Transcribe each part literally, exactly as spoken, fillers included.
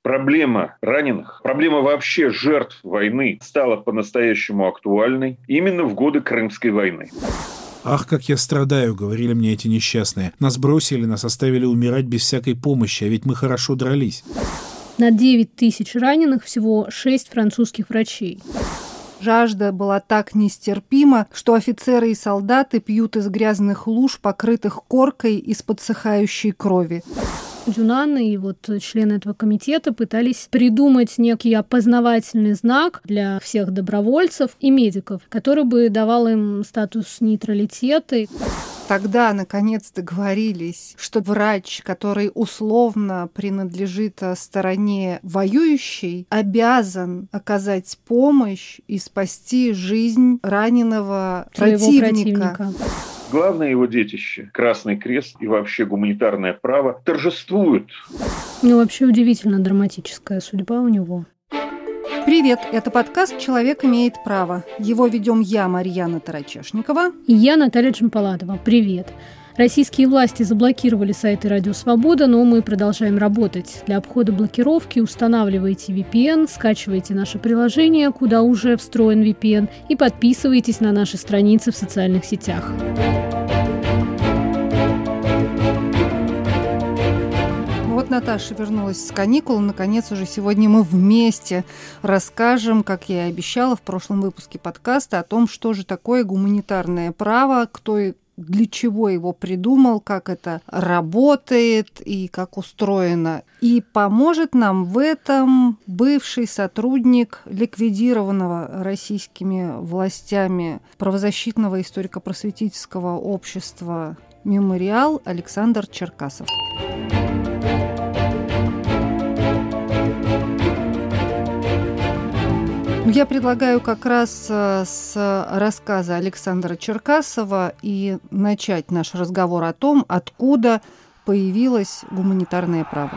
Проблема раненых, проблема вообще жертв войны стала по-настоящему актуальной именно в годы Крымской войны. «Ах, как я страдаю», — говорили мне эти несчастные. «Нас бросили, нас оставили умирать без всякой помощи, а ведь мы хорошо дрались». На девять тысяч раненых всего шесть французских врачей. Жажда была так нестерпима, что офицеры и солдаты пьют из грязных луж, покрытых коркой из подсыхающей крови. Дюнан и вот члены этого комитета пытались придумать некий опознавательный знак для всех добровольцев и медиков, который бы давал им статус нейтралитета. Тогда, наконец, договорились, что врач, который условно принадлежит стороне воюющей, обязан оказать помощь и спасти жизнь раненого противника. противника. Главное его детище, Красный Крест и вообще гуманитарное право торжествуют. Ну, вообще удивительно драматическая судьба у него. Привет, это подкаст «Человек имеет право». Его ведем я, Марьяна Тарачешникова. И я, Наталья Джампаладова. Привет. Российские власти заблокировали сайты «Радио Свобода», но мы продолжаем работать. Для обхода блокировки устанавливайте ви пи эн, скачивайте наше приложение, куда уже встроен ви пи эн, и подписывайтесь на наши страницы в социальных сетях. Вот Наташа вернулась с каникул. Наконец, уже сегодня мы вместе расскажем, как я и обещала в прошлом выпуске подкаста, о том, что же такое гуманитарное право, кто и для чего его придумал, как это работает и как устроено. И поможет нам в этом бывший сотрудник ликвидированного российскими властями правозащитного историко-просветительского общества «Мемориал» Александр Черкасов. Я предлагаю как раз с рассказа Александра Черкасова и начать наш разговор о том, откуда появилось гуманитарное право.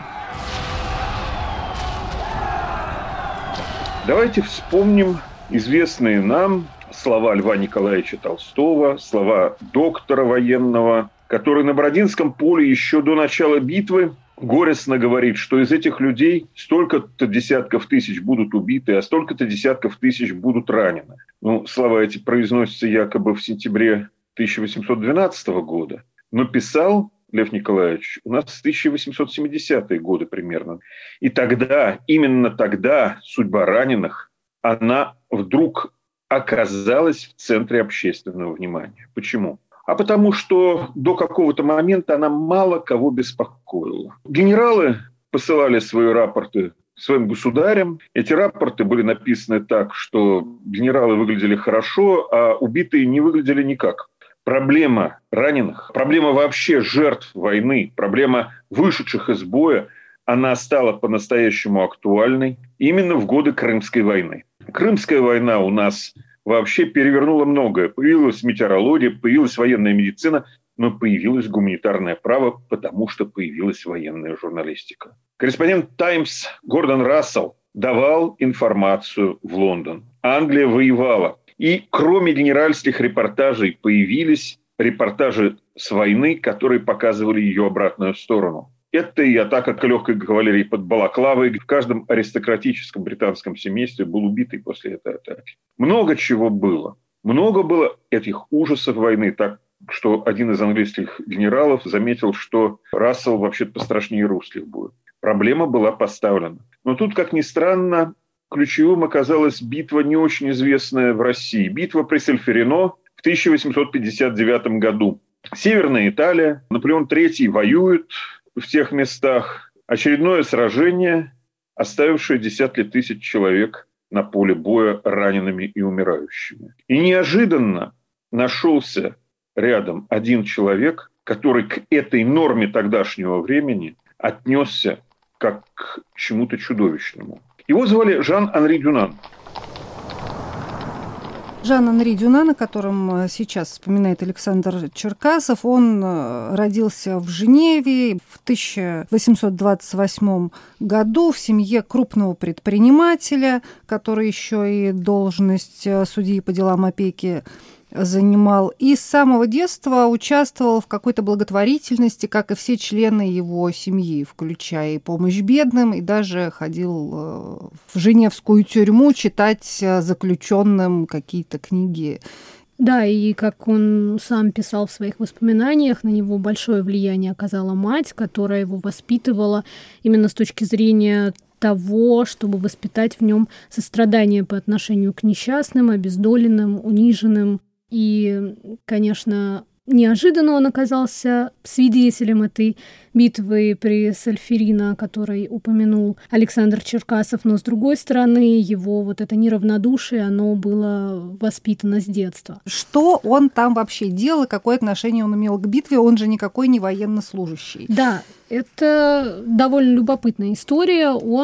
Давайте вспомним известные нам слова Льва Николаевича Толстого, слова доктора военного, который на Бородинском поле еще до начала битвы горестно говорит, что из этих людей столько-то десятков тысяч будут убиты, а столько-то десятков тысяч будут ранены. Ну, слова эти произносятся якобы в сентябре тысяча восемьсот двенадцатого года, но писал Лев Николаевич у нас с тысяча восемьсот семидесятые годы примерно. И тогда, именно тогда судьба раненых, она вдруг оказалась в центре общественного внимания. Почему? А потому что до какого-то момента она мало кого беспокоила. Генералы посылали свои рапорты своим государям. Эти рапорты были написаны так, что генералы выглядели хорошо, а убитые не выглядели никак. Проблема раненых, проблема вообще жертв войны, проблема вышедших из боя, она стала по-настоящему актуальной именно в годы Крымской войны. Крымская война у нас вообще перевернула многое. Появилась метеорология, появилась военная медицина, но появилось гуманитарное право, потому что появилась военная журналистика. Корреспондент «Таймс» Гордон Рассел давал информацию в Лондон. Англия воевала. И кроме генеральских репортажей появились репортажи с войны, которые показывали ее обратную сторону. Это и атака к легкой кавалерии под Балаклавой. В каждом аристократическом британском семействе был убитый после этой атаки. Много чего было. Много было этих ужасов войны, так что один из английских генералов заметил, что Рассел вообще-то пострашнее русских будет. Проблема была поставлена. Но тут, как ни странно, ключевым оказалась битва, не очень известная в России. Битва при Сольферино в тысяча восемьсот пятьдесят девятом году. Северная Италия, Наполеон третий воюет в тех местах. Очередное сражение, оставившее десятки тысяч человек на поле боя ранеными и умирающими. И неожиданно нашелся рядом один человек, который к этой норме тогдашнего времени отнесся как к чему-то чудовищному. Его звали Жан-Анри Дюнан. Жан-Анри Дюнан, о котором сейчас вспоминает Александр Черкасов, он родился в Женеве в тысяча восемьсот двадцать восьмом году в семье крупного предпринимателя, который еще и должность судьи по делам опеки занимал. И с самого детства участвовал в какой-то благотворительности, как и все члены его семьи, включая и помощь бедным, и даже ходил в Женевскую тюрьму читать заключенным какие-то книги. Да, и как он сам писал в своих воспоминаниях, на него большое влияние оказала мать, которая его воспитывала именно с точки зрения того, чтобы воспитать в нем сострадание по отношению к несчастным, обездоленным, униженным. И, конечно, неожиданно он оказался свидетелем этой битвы при Сальферино, о которой упомянул Александр Черкасов, но, с другой стороны, его вот это неравнодушие, оно было воспитано с детства. Что он там вообще делал, какое отношение он имел к битве? Он же никакой не военнослужащий. Да, это довольно любопытная история.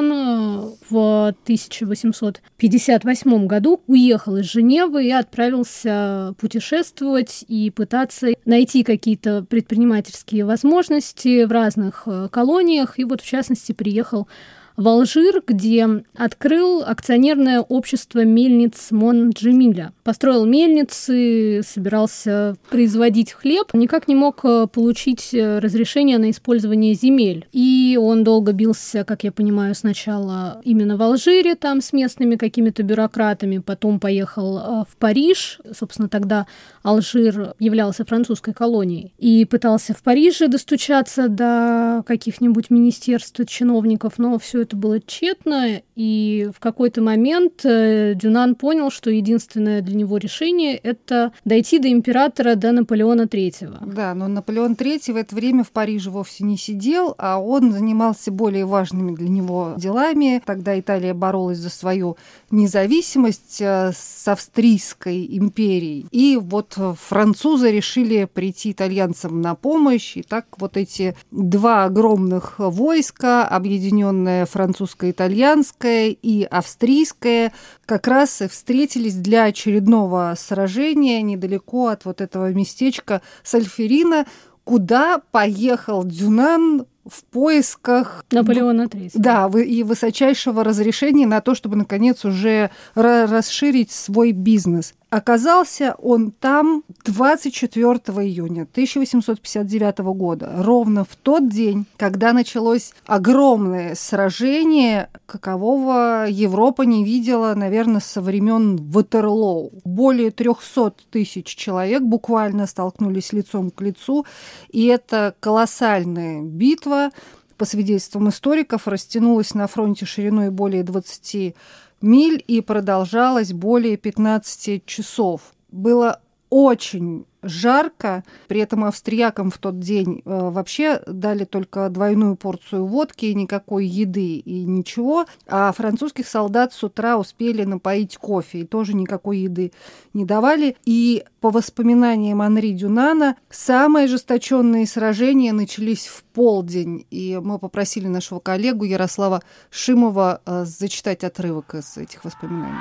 Он в тысяча восемьсот пятьдесят восьмом году уехал из Женевы и отправился путешествовать и пытаться найти какие-то предпринимательские возможности в разных колониях. И вот, в частности, приехал в Алжир, где открыл акционерное общество мельниц Монджемиля. Построил мельницы, собирался производить хлеб, никак не мог получить разрешение на использование земель. И он долго бился, как я понимаю, сначала именно в Алжире, там с местными какими-то бюрократами, потом поехал в Париж. Собственно, тогда Алжир являлся французской колонией. И пытался в Париже достучаться до каких-нибудь министерств, чиновников, но все это было тщетно, и в какой-то момент Дюнан понял, что единственное для него решение – это дойти до императора, до Наполеона Третьего. Да, но Наполеон Третий в это время в Париже вовсе не сидел, а он занимался более важными для него делами. Тогда Италия боролась за свою независимость с Австрийской империей, и вот французы решили прийти итальянцам на помощь, и так вот эти два огромных войска, объединенные французско-итальянское и австрийское, как раз и встретились для очередного сражения недалеко от вот этого местечка Сальферино, куда поехал Дюнан в поисках Наполеона Третьего. Да, и высочайшего разрешения на то, чтобы, наконец, уже расширить свой бизнес. Оказался он там двадцать четвёртого июня тысяча восемьсот пятьдесят девятого года, ровно в тот день, когда началось огромное сражение, какового Европа не видела, наверное, со времен Ватерлоу. Более трехсот тысяч человек буквально столкнулись лицом к лицу, и это колоссальная битва, по свидетельствам историков, растянулась на фронте шириной более двадцати миль и продолжалась более пятнадцати часов. Было очень жарко, при этом австриякам в тот день э, вообще дали только двойную порцию водки, никакой еды и ничего, а французских солдат с утра успели напоить кофе, и тоже никакой еды не давали. И по воспоминаниям Анри Дюнана, самые ожесточенные сражения начались в полдень, и мы попросили нашего коллегу Ярослава Шимова э, зачитать отрывок из этих воспоминаний.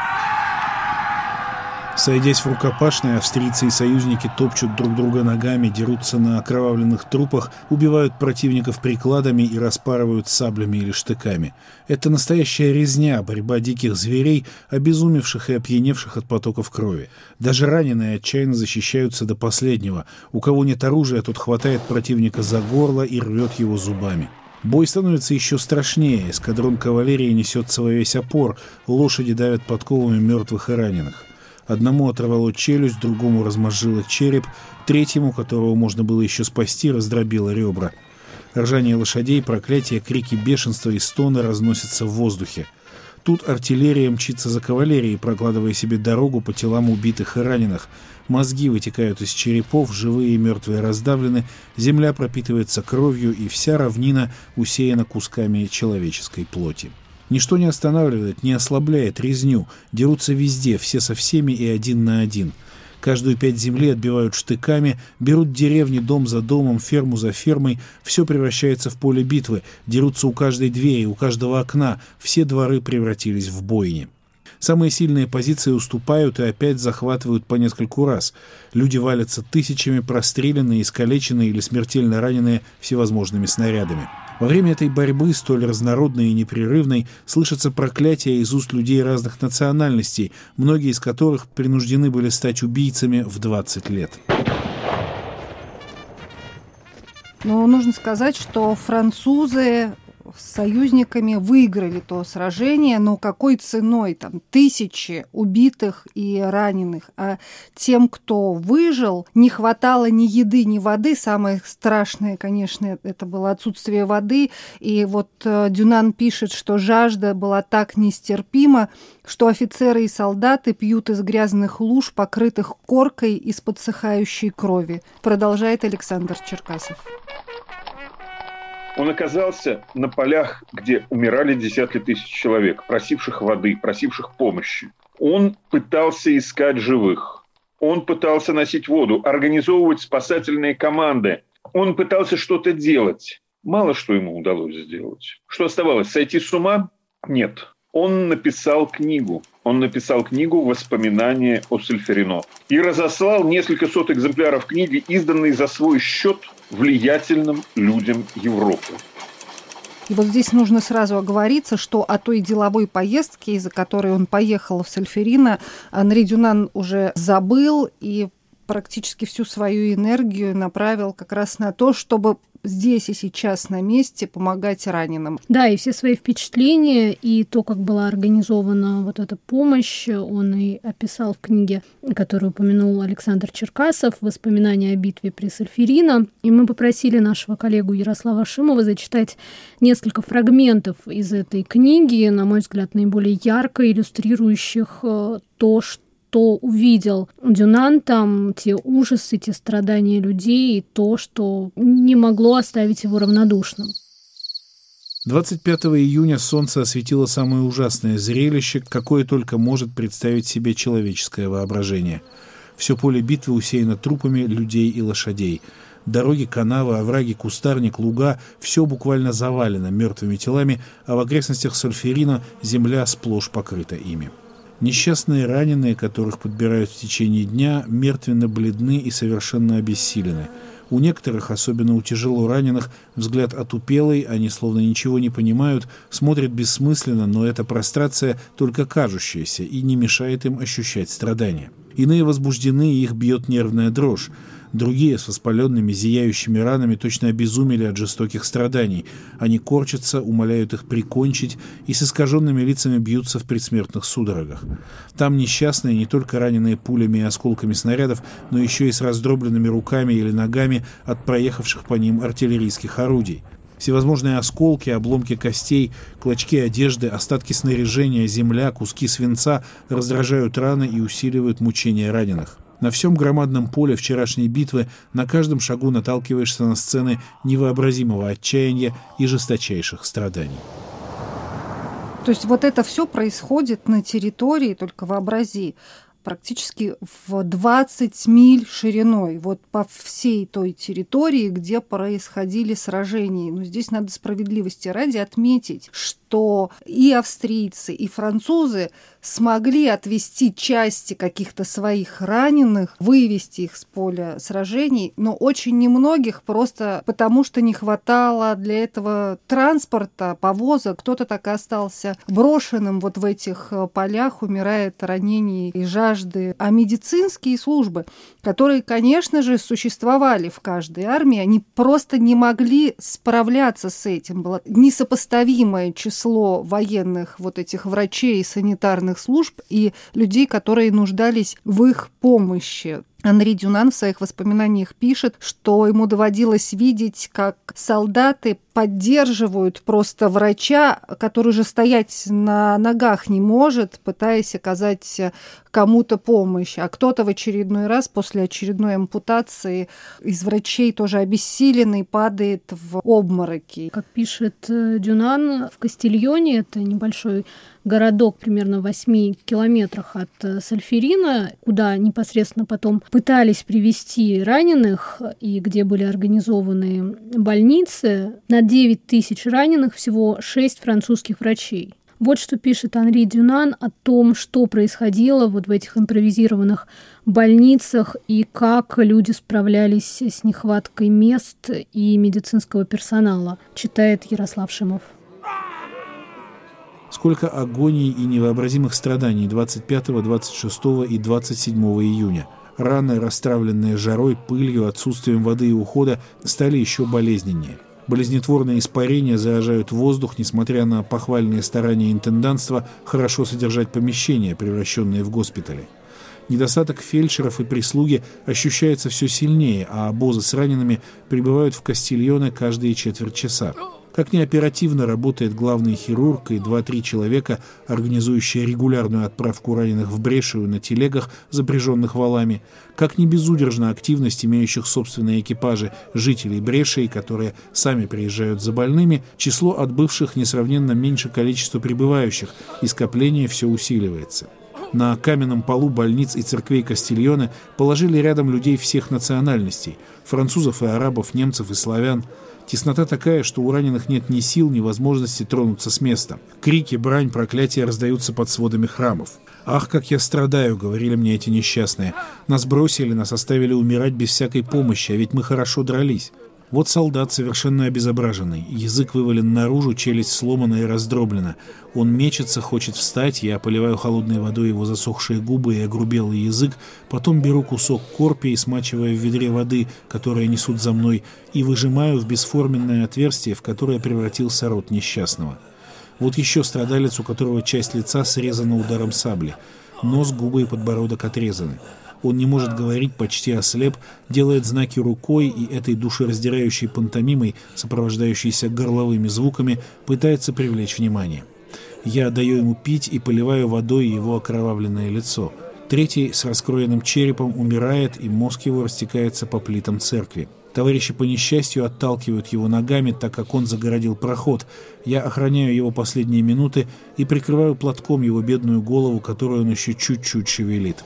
Сойдясь в рукопашной, австрийцы и союзники топчут друг друга ногами, дерутся на окровавленных трупах, убивают противников прикладами и распарывают саблями или штыками. Это настоящая резня, борьба диких зверей, обезумевших и опьяневших от потоков крови. Даже раненые отчаянно защищаются до последнего. У кого нет оружия, тот хватает противника за горло и рвет его зубами. Бой становится еще страшнее. Эскадрон кавалерии несется во весь опор, лошади давят подковами мертвых и раненых. Одному оторвало челюсть, другому размозжило череп, третьему, которого можно было еще спасти, раздробило ребра. Ржание лошадей, проклятия, крики бешенства и стоны разносятся в воздухе. Тут артиллерия мчится за кавалерией, прокладывая себе дорогу по телам убитых и раненых. Мозги вытекают из черепов, живые и мертвые раздавлены, земля пропитывается кровью, и вся равнина усеяна кусками человеческой плоти. Ничто не останавливает, не ослабляет резню. Дерутся везде, все со всеми и один на один. Каждую пять земли отбивают штыками, берут деревни дом за домом, ферму за фермой. Все превращается в поле битвы. Дерутся у каждой двери, у каждого окна. Все дворы превратились в бойни. Самые сильные позиции уступают и опять захватывают по нескольку раз. Люди валятся тысячами, простреленные, искалеченные или смертельно раненые всевозможными снарядами. Во время этой борьбы, столь разнородной и непрерывной, слышатся проклятия из уст людей разных национальностей, многие из которых принуждены были стать убийцами в двадцать лет. Но нужно сказать, что французы с союзниками выиграли то сражение, но какой ценой? Там тысячи убитых и раненых. А тем, кто выжил, не хватало ни еды, ни воды. Самое страшное, конечно, это было отсутствие воды. И вот Дюнан пишет, что жажда была так нестерпима, что офицеры и солдаты пьют из грязных луж, покрытых коркой из подсыхающей крови. Продолжает Александр Черкасов. Он оказался на полях, где умирали десятки тысяч человек, просивших воды, просивших помощи. Он пытался искать живых. Он пытался носить воду, организовывать спасательные команды. Он пытался что-то делать. Мало что ему удалось сделать. Что оставалось? Сойти с ума? Нет. Он написал книгу. Он написал книгу «Воспоминания о Сольферино» и разослал несколько сот экземпляров книги, изданные за свой счет влиятельным людям Европы. И вот здесь нужно сразу оговориться, что о той деловой поездке, из-за которой он поехал в Сольферино, Анри Дюнан уже забыл и практически всю свою энергию направил как раз на то, чтобы здесь и сейчас на месте помогать раненым. Да, и все свои впечатления, и то, как была организована вот эта помощь, он и описал в книге, которую упомянул Александр Черкасов, «Воспоминания о битве при Сольферино». И мы попросили нашего коллегу Ярослава Шимова зачитать несколько фрагментов из этой книги, на мой взгляд, наиболее ярко иллюстрирующих то, что то увидел Дюнан там, те ужасы, те страдания людей и то, что не могло оставить его равнодушным. двадцать пятого июня солнце осветило самое ужасное зрелище, какое только может представить себе человеческое воображение. Все поле битвы усеяно трупами людей и лошадей. Дороги, канавы, овраги, кустарник, луга – все буквально завалено мертвыми телами, а в окрестностях Сольферино земля сплошь покрыта ими. Несчастные раненые, которых подбирают в течение дня, мертвенно бледны и совершенно обессилены. У некоторых, особенно у тяжело раненых, взгляд отупелый, они словно ничего не понимают, смотрят бессмысленно, но эта прострация только кажущаяся и не мешает им ощущать страдания. Иные возбуждены, и их бьет нервная дрожь. Другие с воспаленными, зияющими ранами точно обезумели от жестоких страданий. Они корчатся, умоляют их прикончить и с искаженными лицами бьются в предсмертных судорогах. Там несчастные, не только раненые пулями и осколками снарядов, но еще и с раздробленными руками или ногами от проехавших по ним артиллерийских орудий. Всевозможные осколки, обломки костей, клочки одежды, остатки снаряжения, земля, куски свинца раздражают раны и усиливают мучения раненых. На всем громадном поле вчерашней битвы на каждом шагу наталкиваешься на сцены невообразимого отчаяния и жесточайших страданий. То есть вот это все происходит на территории, только вообрази, практически в двадцать миль шириной, вот по всей той территории, где происходили сражения. Но здесь надо справедливости ради отметить, что и австрийцы, и французы смогли отвести части каких-то своих раненых, вывести их с поля сражений, но очень немногих просто потому, что не хватало для этого транспорта, повоза. Кто-то так и остался брошенным вот в этих полях, умирает от ранений и жажды. А медицинские службы, которые, конечно же, существовали в каждой армии, они просто не могли справляться с этим. Было несопоставимое число военных вот этих врачей и санитарных служб и людей, которые нуждались в их помощи. Анри Дюнан в своих воспоминаниях пишет, что ему доводилось видеть, как солдаты поддерживают просто врача, который же стоять на ногах не может, пытаясь оказать кому-то помощь. А кто-то в очередной раз после очередной ампутации из врачей тоже обессиленный падает в обмороки. Как пишет Дюнан, в Кастильоне, это небольшой городок примерно в восьми километрах от Сольферино, куда непосредственно потом пытались привезти раненых и где были организованы больницы, на девять тысяч раненых всего шесть французских врачей. Вот что пишет Анри Дюнан о том, что происходило вот в этих импровизированных больницах и как люди справлялись с нехваткой мест и медицинского персонала, читает Ярослав Шимов. Сколько агоний и невообразимых страданий двадцать пятого, двадцать шестого и двадцать седьмого июня. Раны, расстравленные жарой, пылью, отсутствием воды и ухода, стали еще болезненнее. Болезнетворные испарения заражают воздух, несмотря на похвальные старания интендантства хорошо содержать помещения, превращенные в госпитали. Недостаток фельдшеров и прислуги ощущается все сильнее, а обозы с ранеными прибывают в Кастильоне каждые четверть часа. Как неоперативно работает главный хирург и два-три человека, организующие регулярную отправку раненых в Брешию на телегах, запряженных валами, как не безудержна активность имеющих собственные экипажи жителей Брешии, которые сами приезжают за больными, число отбывших несравненно меньше количества прибывающих, и скопление все усиливается. На каменном полу больниц и церквей Кастильоне положили рядом людей всех национальностей – французов и арабов, немцев и славян. Теснота такая, что у раненых нет ни сил, ни возможности тронуться с места. Крики, брань, проклятия раздаются под сводами храмов. «Ах, как я страдаю!» — говорили мне эти несчастные. «Нас бросили, нас оставили умирать без всякой помощи, а ведь мы хорошо дрались». Вот солдат, совершенно обезображенный. Язык вывален наружу, челюсть сломана и раздроблена. Он мечется, хочет встать, я поливаю холодной водой его засохшие губы и огрубелый язык, потом беру кусок корпии, смачивая в ведре воды, которое несут за мной, и выжимаю в бесформенное отверстие, в которое превратился рот несчастного. Вот еще страдалец, у которого часть лица срезана ударом сабли. Нос, губы и подбородок отрезаны. Он не может говорить, почти ослеп, делает знаки рукой и этой душераздирающей пантомимой, сопровождающейся горловыми звуками, пытается привлечь внимание. Я даю ему пить и поливаю водой его окровавленное лицо. Третий с раскроенным черепом умирает, и мозг его растекается по плитам церкви. Товарищи по несчастью отталкивают его ногами, так как он загородил проход. Я охраняю его последние минуты и прикрываю платком его бедную голову, которую он еще чуть-чуть шевелит.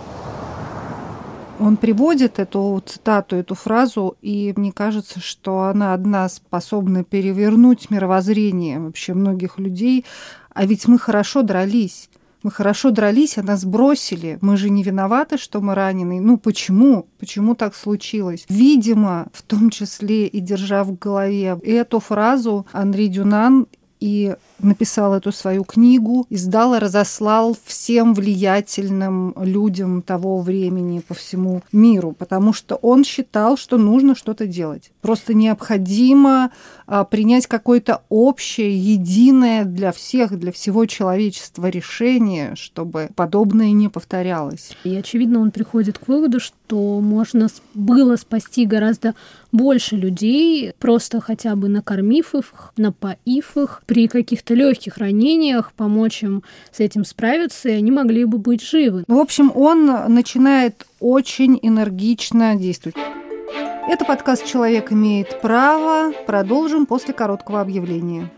Он приводит эту цитату, эту фразу, и мне кажется, что она одна способна перевернуть мировоззрение вообще многих людей. А ведь мы хорошо дрались. Мы хорошо дрались, а нас бросили. Мы же не виноваты, что мы ранены. Ну почему? Почему так случилось? Видимо, в том числе и держа в голове эту фразу, Анри Дюнан и написал эту свою книгу, издал и разослал всем влиятельным людям того времени по всему миру, потому что он считал, что нужно что-то делать. Просто необходимо а, принять какое-то общее, единое для всех, для всего человечества решение, чтобы подобное не повторялось. И, очевидно, он приходит к выводу, что можно было спасти гораздо больше людей, просто хотя бы накормив их, напоив их, при каких-то легких ранениях, помочь им с этим справиться, и они могли бы быть живы. В общем, он начинает очень энергично действовать. Это подкаст «Человек имеет право». Продолжим после короткого объявления.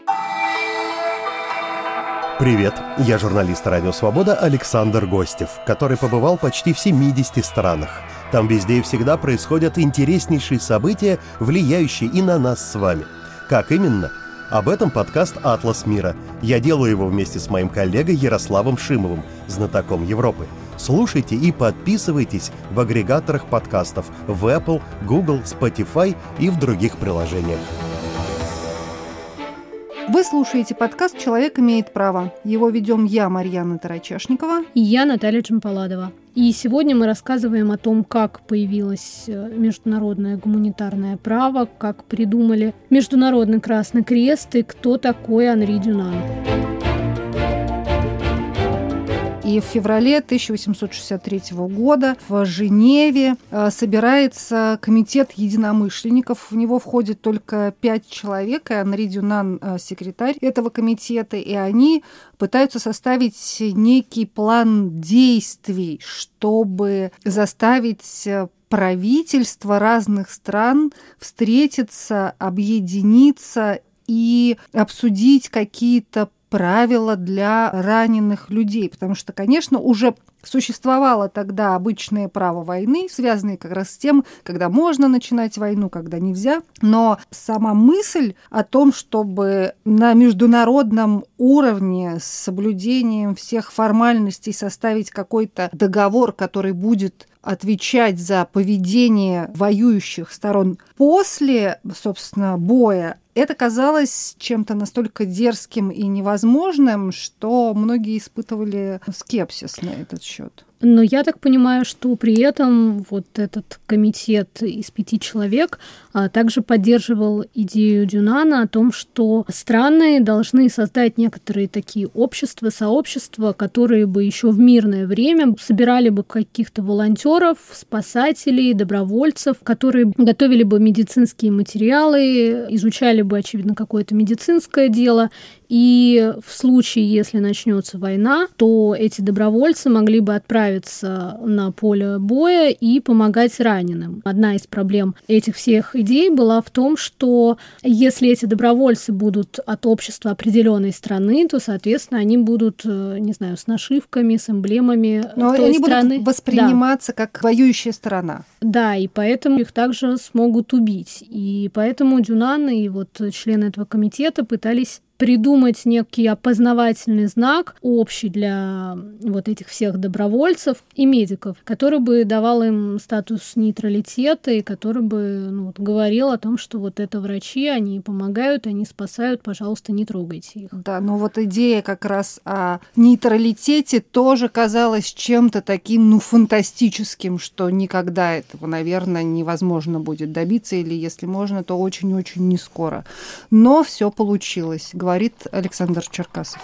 Привет, я журналист «Радио Свобода» Александр Гостев, который побывал почти в семидесяти странах. Там везде и всегда происходят интереснейшие события, влияющие и на нас с вами. Как именно? Об этом подкаст «Атлас мира». Я делаю его вместе с моим коллегой Ярославом Шимовым, знатоком Европы. Слушайте и подписывайтесь в агрегаторах подкастов в Apple, Google, Spotify и в других приложениях. Вы слушаете подкаст «Человек имеет право». Его ведем я, Марьяна Тарачашникова. И я, Наталья Джампаладова. И сегодня мы рассказываем о том, как появилось международное гуманитарное право, как придумали Международный Красный Крест и кто такой Анри Дюнан. И в феврале тысяча восемьсот шестьдесят третьего года в Женеве собирается комитет единомышленников. В него входит только пять человек, и Анри Дюнан секретарь этого комитета, и они пытаются составить некий план действий, чтобы заставить правительства разных стран встретиться, объединиться и обсудить какие-то правила для раненых людей, потому что, конечно, уже Существовало тогда обычное право войны, связанное как раз с тем, когда можно начинать войну, когда нельзя. Но сама мысль о том, чтобы на международном уровне с соблюдением всех формальностей составить какой-то договор, который будет отвечать за поведение воюющих сторон после, собственно, боя, это казалось чем-то настолько дерзким и невозможным, что многие испытывали скепсис на этот счет. Но я так понимаю, что при этом вот этот комитет из пяти человек а, также поддерживал идею Дюнана о том, что страны должны создать некоторые такие общества, сообщества, которые бы еще в мирное время собирали бы каких-то волонтеров, спасателей, добровольцев, которые готовили бы медицинские материалы, изучали бы, очевидно, какое-то медицинское дело. И в случае, если начнется война, то эти добровольцы могли бы отправиться на поле боя и помогать раненым. Одна из проблем этих всех идей была в том, что если эти добровольцы будут от общества определенной страны, то, соответственно, они будут, не знаю, с нашивками, с эмблемами Но той они страны. будут восприниматься да. как воюющая сторона. Да, и поэтому их также смогут убить. И поэтому Дюнан и вот члены этого комитета пытались придумать некий опознавательный знак, общий для вот этих всех добровольцев и медиков, который бы давал им статус нейтралитета и который бы ну, вот, говорил о том, что вот это врачи, они помогают, они спасают, пожалуйста, не трогайте их. Да, но вот идея как раз о нейтралитете тоже казалась чем-то таким, ну, фантастическим, что никогда этого, наверное, невозможно будет добиться, или если можно, то очень-очень не скоро. Но все получилось, говорит Александр Черкасов.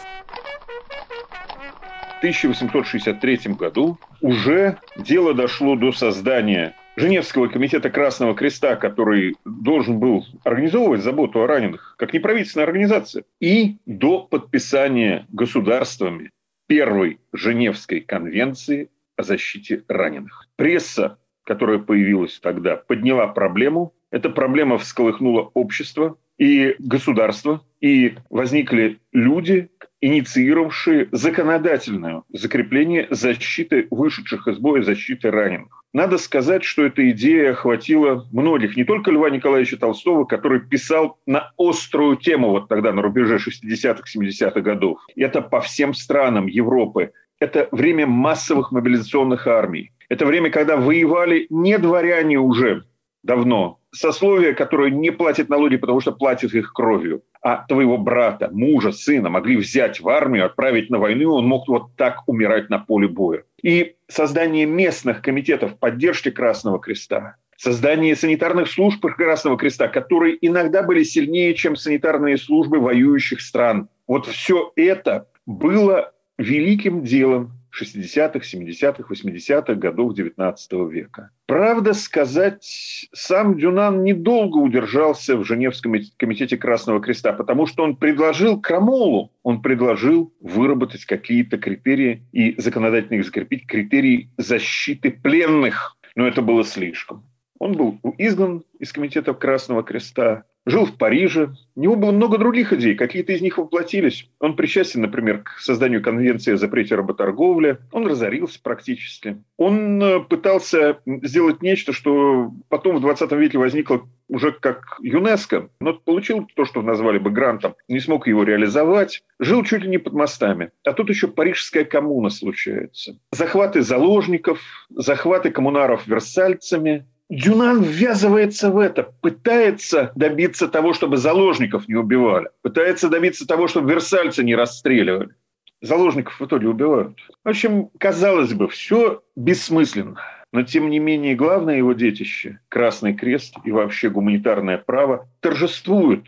В тысяча восемьсот шестьдесят третьем году уже дело дошло до создания Женевского комитета Красного Креста, который должен был организовывать заботу о раненых, как неправительственная организация, и до подписания государствами первой Женевской конвенции о защите раненых. Пресса, которая появилась тогда, подняла проблему. Эта проблема всколыхнула общество и государство, и возникли люди, инициировавшие законодательное закрепление защиты вышедших из боя, защиты раненых. Надо сказать, что эта идея охватила многих, не только Льва Николаевича Толстого, который писал на острую тему вот тогда, на рубеже шестидесятых-семидесятых годов. Это по всем странам Европы. Это время массовых мобилизационных армий. Это время, когда воевали не дворяне уже давно, сословие, которое не платит налоги, потому что платит их кровью, а твоего брата, мужа, сына могли взять в армию, отправить на войну, он мог вот так умирать на поле боя. И создание местных комитетов поддержки Красного Креста, создание санитарных служб Красного Креста, которые иногда были сильнее, чем санитарные службы воюющих стран. Вот все это было великим делом шестидесятых, семидесятых, восьмидесятых годов девятнадцатого века. Правда сказать, сам Дюнан недолго удержался в Женевском комитете Красного Креста, потому что он предложил Крамолу, он предложил выработать какие-то критерии и законодательно их закрепить, критерии защиты пленных. Но это было слишком. Он был изгнан из комитета Красного Креста, жил в Париже. У него было много других идей, какие-то из них воплотились. Он причастен, например, к созданию конвенции о запрете работорговли. Он разорился практически. Он пытался сделать нечто, что потом в двадцатом веке возникло уже как ЮНЕСКО, но получил то, что назвали бы грантом, не смог его реализовать. Жил чуть ли не под мостами. А тут еще Парижская коммуна случается. Захваты заложников, захваты коммунаров версальцами. Дюнан ввязывается в это, пытается добиться того, чтобы заложников не убивали, пытается добиться того, чтобы версальцы не расстреливали. Заложников в итоге убивают. В общем, казалось бы, все бессмысленно. Но, тем не менее, главное его детище, Красный Крест и вообще гуманитарное право, торжествуют.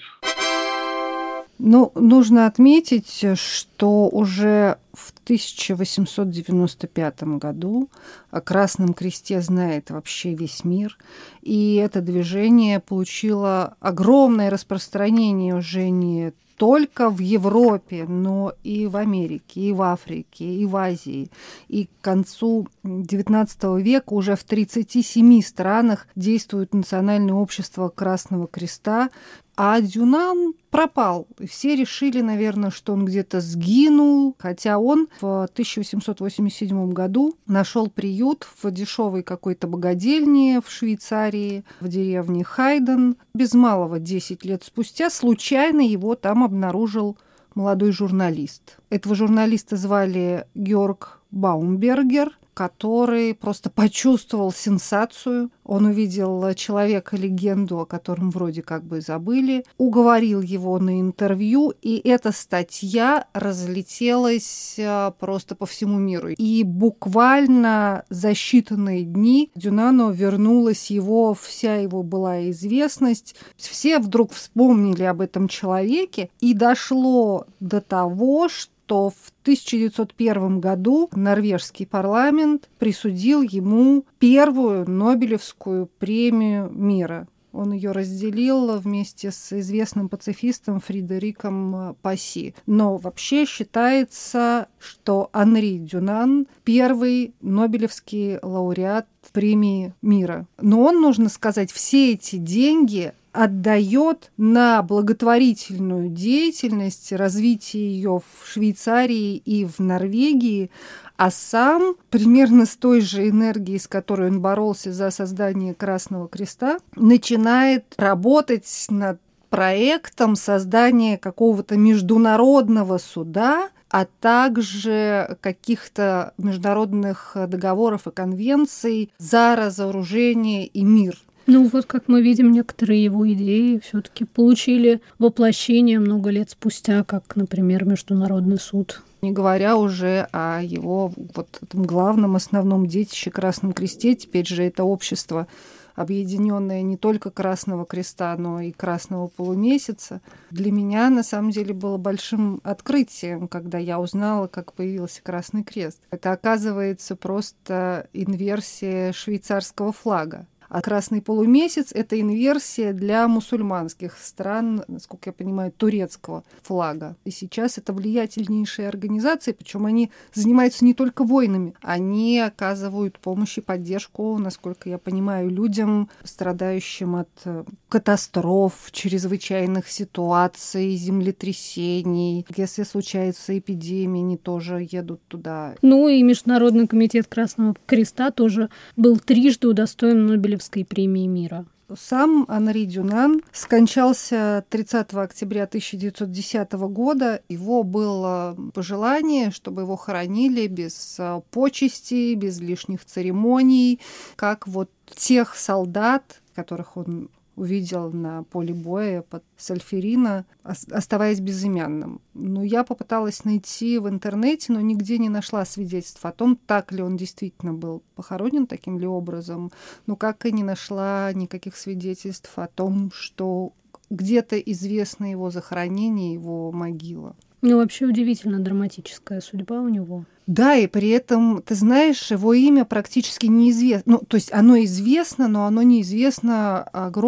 Ну, нужно отметить, что уже в тысяча восемьсот девяносто пятом году о Красном Кресте знает вообще весь мир, и это движение получило огромное распространение уже не только в Европе, но и в Америке, и в Африке, и в Азии. И к концу девятнадцатого века уже в тридцати семи странах действует Национальное общество Красного Креста. А Дюнан пропал. Все решили, наверное, что он где-то сгинул, хотя он в тысяча восемьсот восемьдесят седьмом году нашел приют в дешевой какой-то богадельне в Швейцарии, в деревне Хайден. Без малого десять лет спустя случайно его там обнаружил молодой журналист. Этого журналиста звали Георг Баумбергер, который просто почувствовал сенсацию. Он увидел человека-легенду, о котором вроде как бы забыли, уговорил его на интервью, и эта статья разлетелась просто по всему миру. И буквально за считанные дни Дюнану вернулась его, вся его былая известность. Все вдруг вспомнили об этом человеке, и дошло до того, что что в тысяча девятьсот первом году норвежский парламент присудил ему первую Нобелевскую премию мира. Он ее разделил вместе с известным пацифистом Фредериком Пасси. Но вообще считается, что Анри Дюнан – первый Нобелевский лауреат премии мира. Но он, нужно сказать, все эти деньги отдает на благотворительную деятельность, развитие ее в Швейцарии и в Норвегии, а сам примерно с той же энергией, с которой он боролся за создание Красного Креста, начинает работать над проектом создания какого-то международного суда, а также каких-то международных договоров и конвенций за разоружение и мир. Ну вот, как мы видим, некоторые его идеи все-таки получили воплощение много лет спустя, как, например, Международный суд. Не говоря уже о его вот этом главном, основном детище Красном Кресте. Теперь же это общество, объединенное не только Красного Креста, но и Красного Полумесяца. Для меня, на самом деле, было большим открытием, когда я узнала, как появился Красный Крест. Это, оказывается, просто инверсия швейцарского флага. А Красный Полумесяц – это инверсия для мусульманских стран, насколько я понимаю, турецкого флага. И сейчас это влиятельнейшие организации, причем они занимаются не только войнами, они оказывают помощь и поддержку, насколько я понимаю, людям, страдающим от катастроф, чрезвычайных ситуаций, землетрясений. Если случаются эпидемии, они тоже едут туда. Ну и Международный комитет Красного Креста тоже был трижды удостоен Нобелевской премии мира. Сам Анри Дюнан скончался тридцатого октября тысяча девятьсот десятого года. Его было пожелание, чтобы его хоронили без почестей, без лишних церемоний, как вот тех солдат, которых он увидел на поле боя под Сальферино, оставаясь безымянным. Ну, я попыталась найти в интернете, но нигде не нашла свидетельств о том, так ли он действительно был похоронен таким ли образом, но как и не нашла никаких свидетельств о том, что где-то известно его захоронение, его могила. Ну, вообще удивительно драматическая судьба у него. Да, и при этом, ты знаешь, его имя практически неизвестно. Ну, то есть оно известно, но оно неизвестно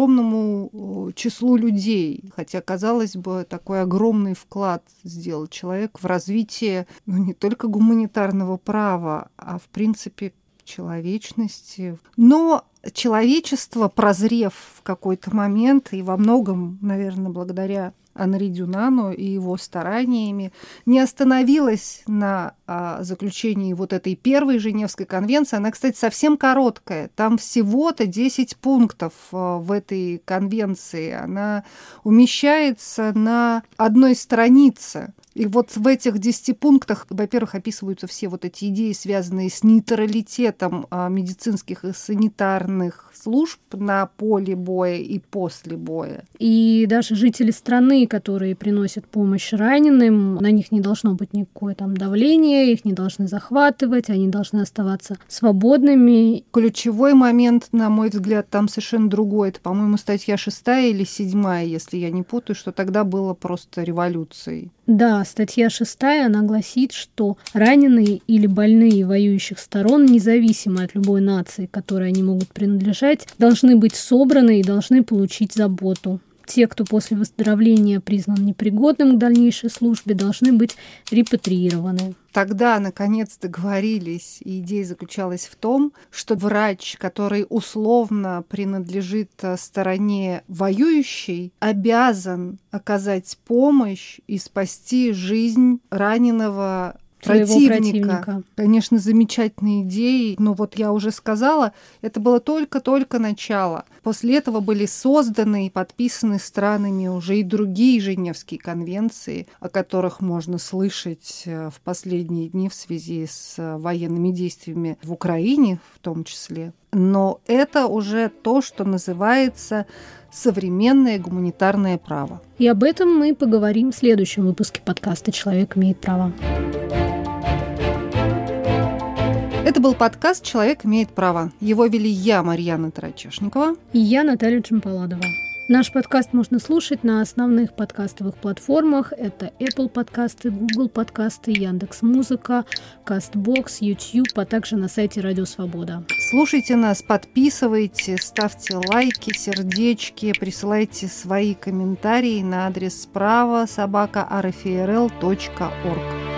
огромному числу людей. Хотя, казалось бы, такой огромный вклад сделал человек в развитие, ну, не только гуманитарного права, а, в принципе, человечности. Но человечество, прозрев в какой-то момент, и во многом, наверное, благодаря Анри Дюнану и его стараниями, не остановилась на а, заключении вот этой первой Женевской конвенции. Она, кстати, совсем короткая. Там всего-то десять пунктов а, в этой конвенции. Она умещается на одной странице. И вот в этих десяти пунктах, во-первых, описываются все вот эти идеи, связанные с нейтралитетом а, медицинских и санитарных служб на поле боя и после боя. И даже жители страны, которые приносят помощь раненым, на них не должно быть никакое там давление, их не должны захватывать, они должны оставаться свободными. Ключевой момент, на мой взгляд, там совершенно другой. Это, по-моему, статья шестая или седьмая, если я не путаю, что тогда было просто революцией. Да, статья шестая, она гласит, что раненые или больные воюющих сторон, независимо от любой нации, к которой они могут принадлежать, должны быть собраны и должны получить заботу. Те, кто после выздоровления признан непригодным к дальнейшей службе, должны быть репатриированы. Тогда, наконец, договорились, и идея заключалась в том, что врач, который условно принадлежит стороне воюющей, обязан оказать помощь и спасти жизнь раненого Противника. противника. Конечно, замечательные идеи, но вот я уже сказала, это было только-только начало. После этого были созданы и подписаны странами уже и другие Женевские конвенции, о которых можно слышать в последние дни в связи с военными действиями в Украине в том числе. Но это уже то, что называется современное гуманитарное право. И об этом мы поговорим в следующем выпуске подкаста «Человек имеет право». Это был подкаст «Человек имеет право». Его вели я, Марьяна Тарачешникова. И я, Наталья Джампаладова. Наш подкаст можно слушать на основных подкастовых платформах. Это Apple подкасты, Google подкасты, Яндекс.Музыка, Castbox, YouTube, а также на сайте Радио Свобода. Слушайте нас, подписывайте, ставьте лайки, сердечки, присылайте свои комментарии на адрес справа собака ар эф эр эл точка орг.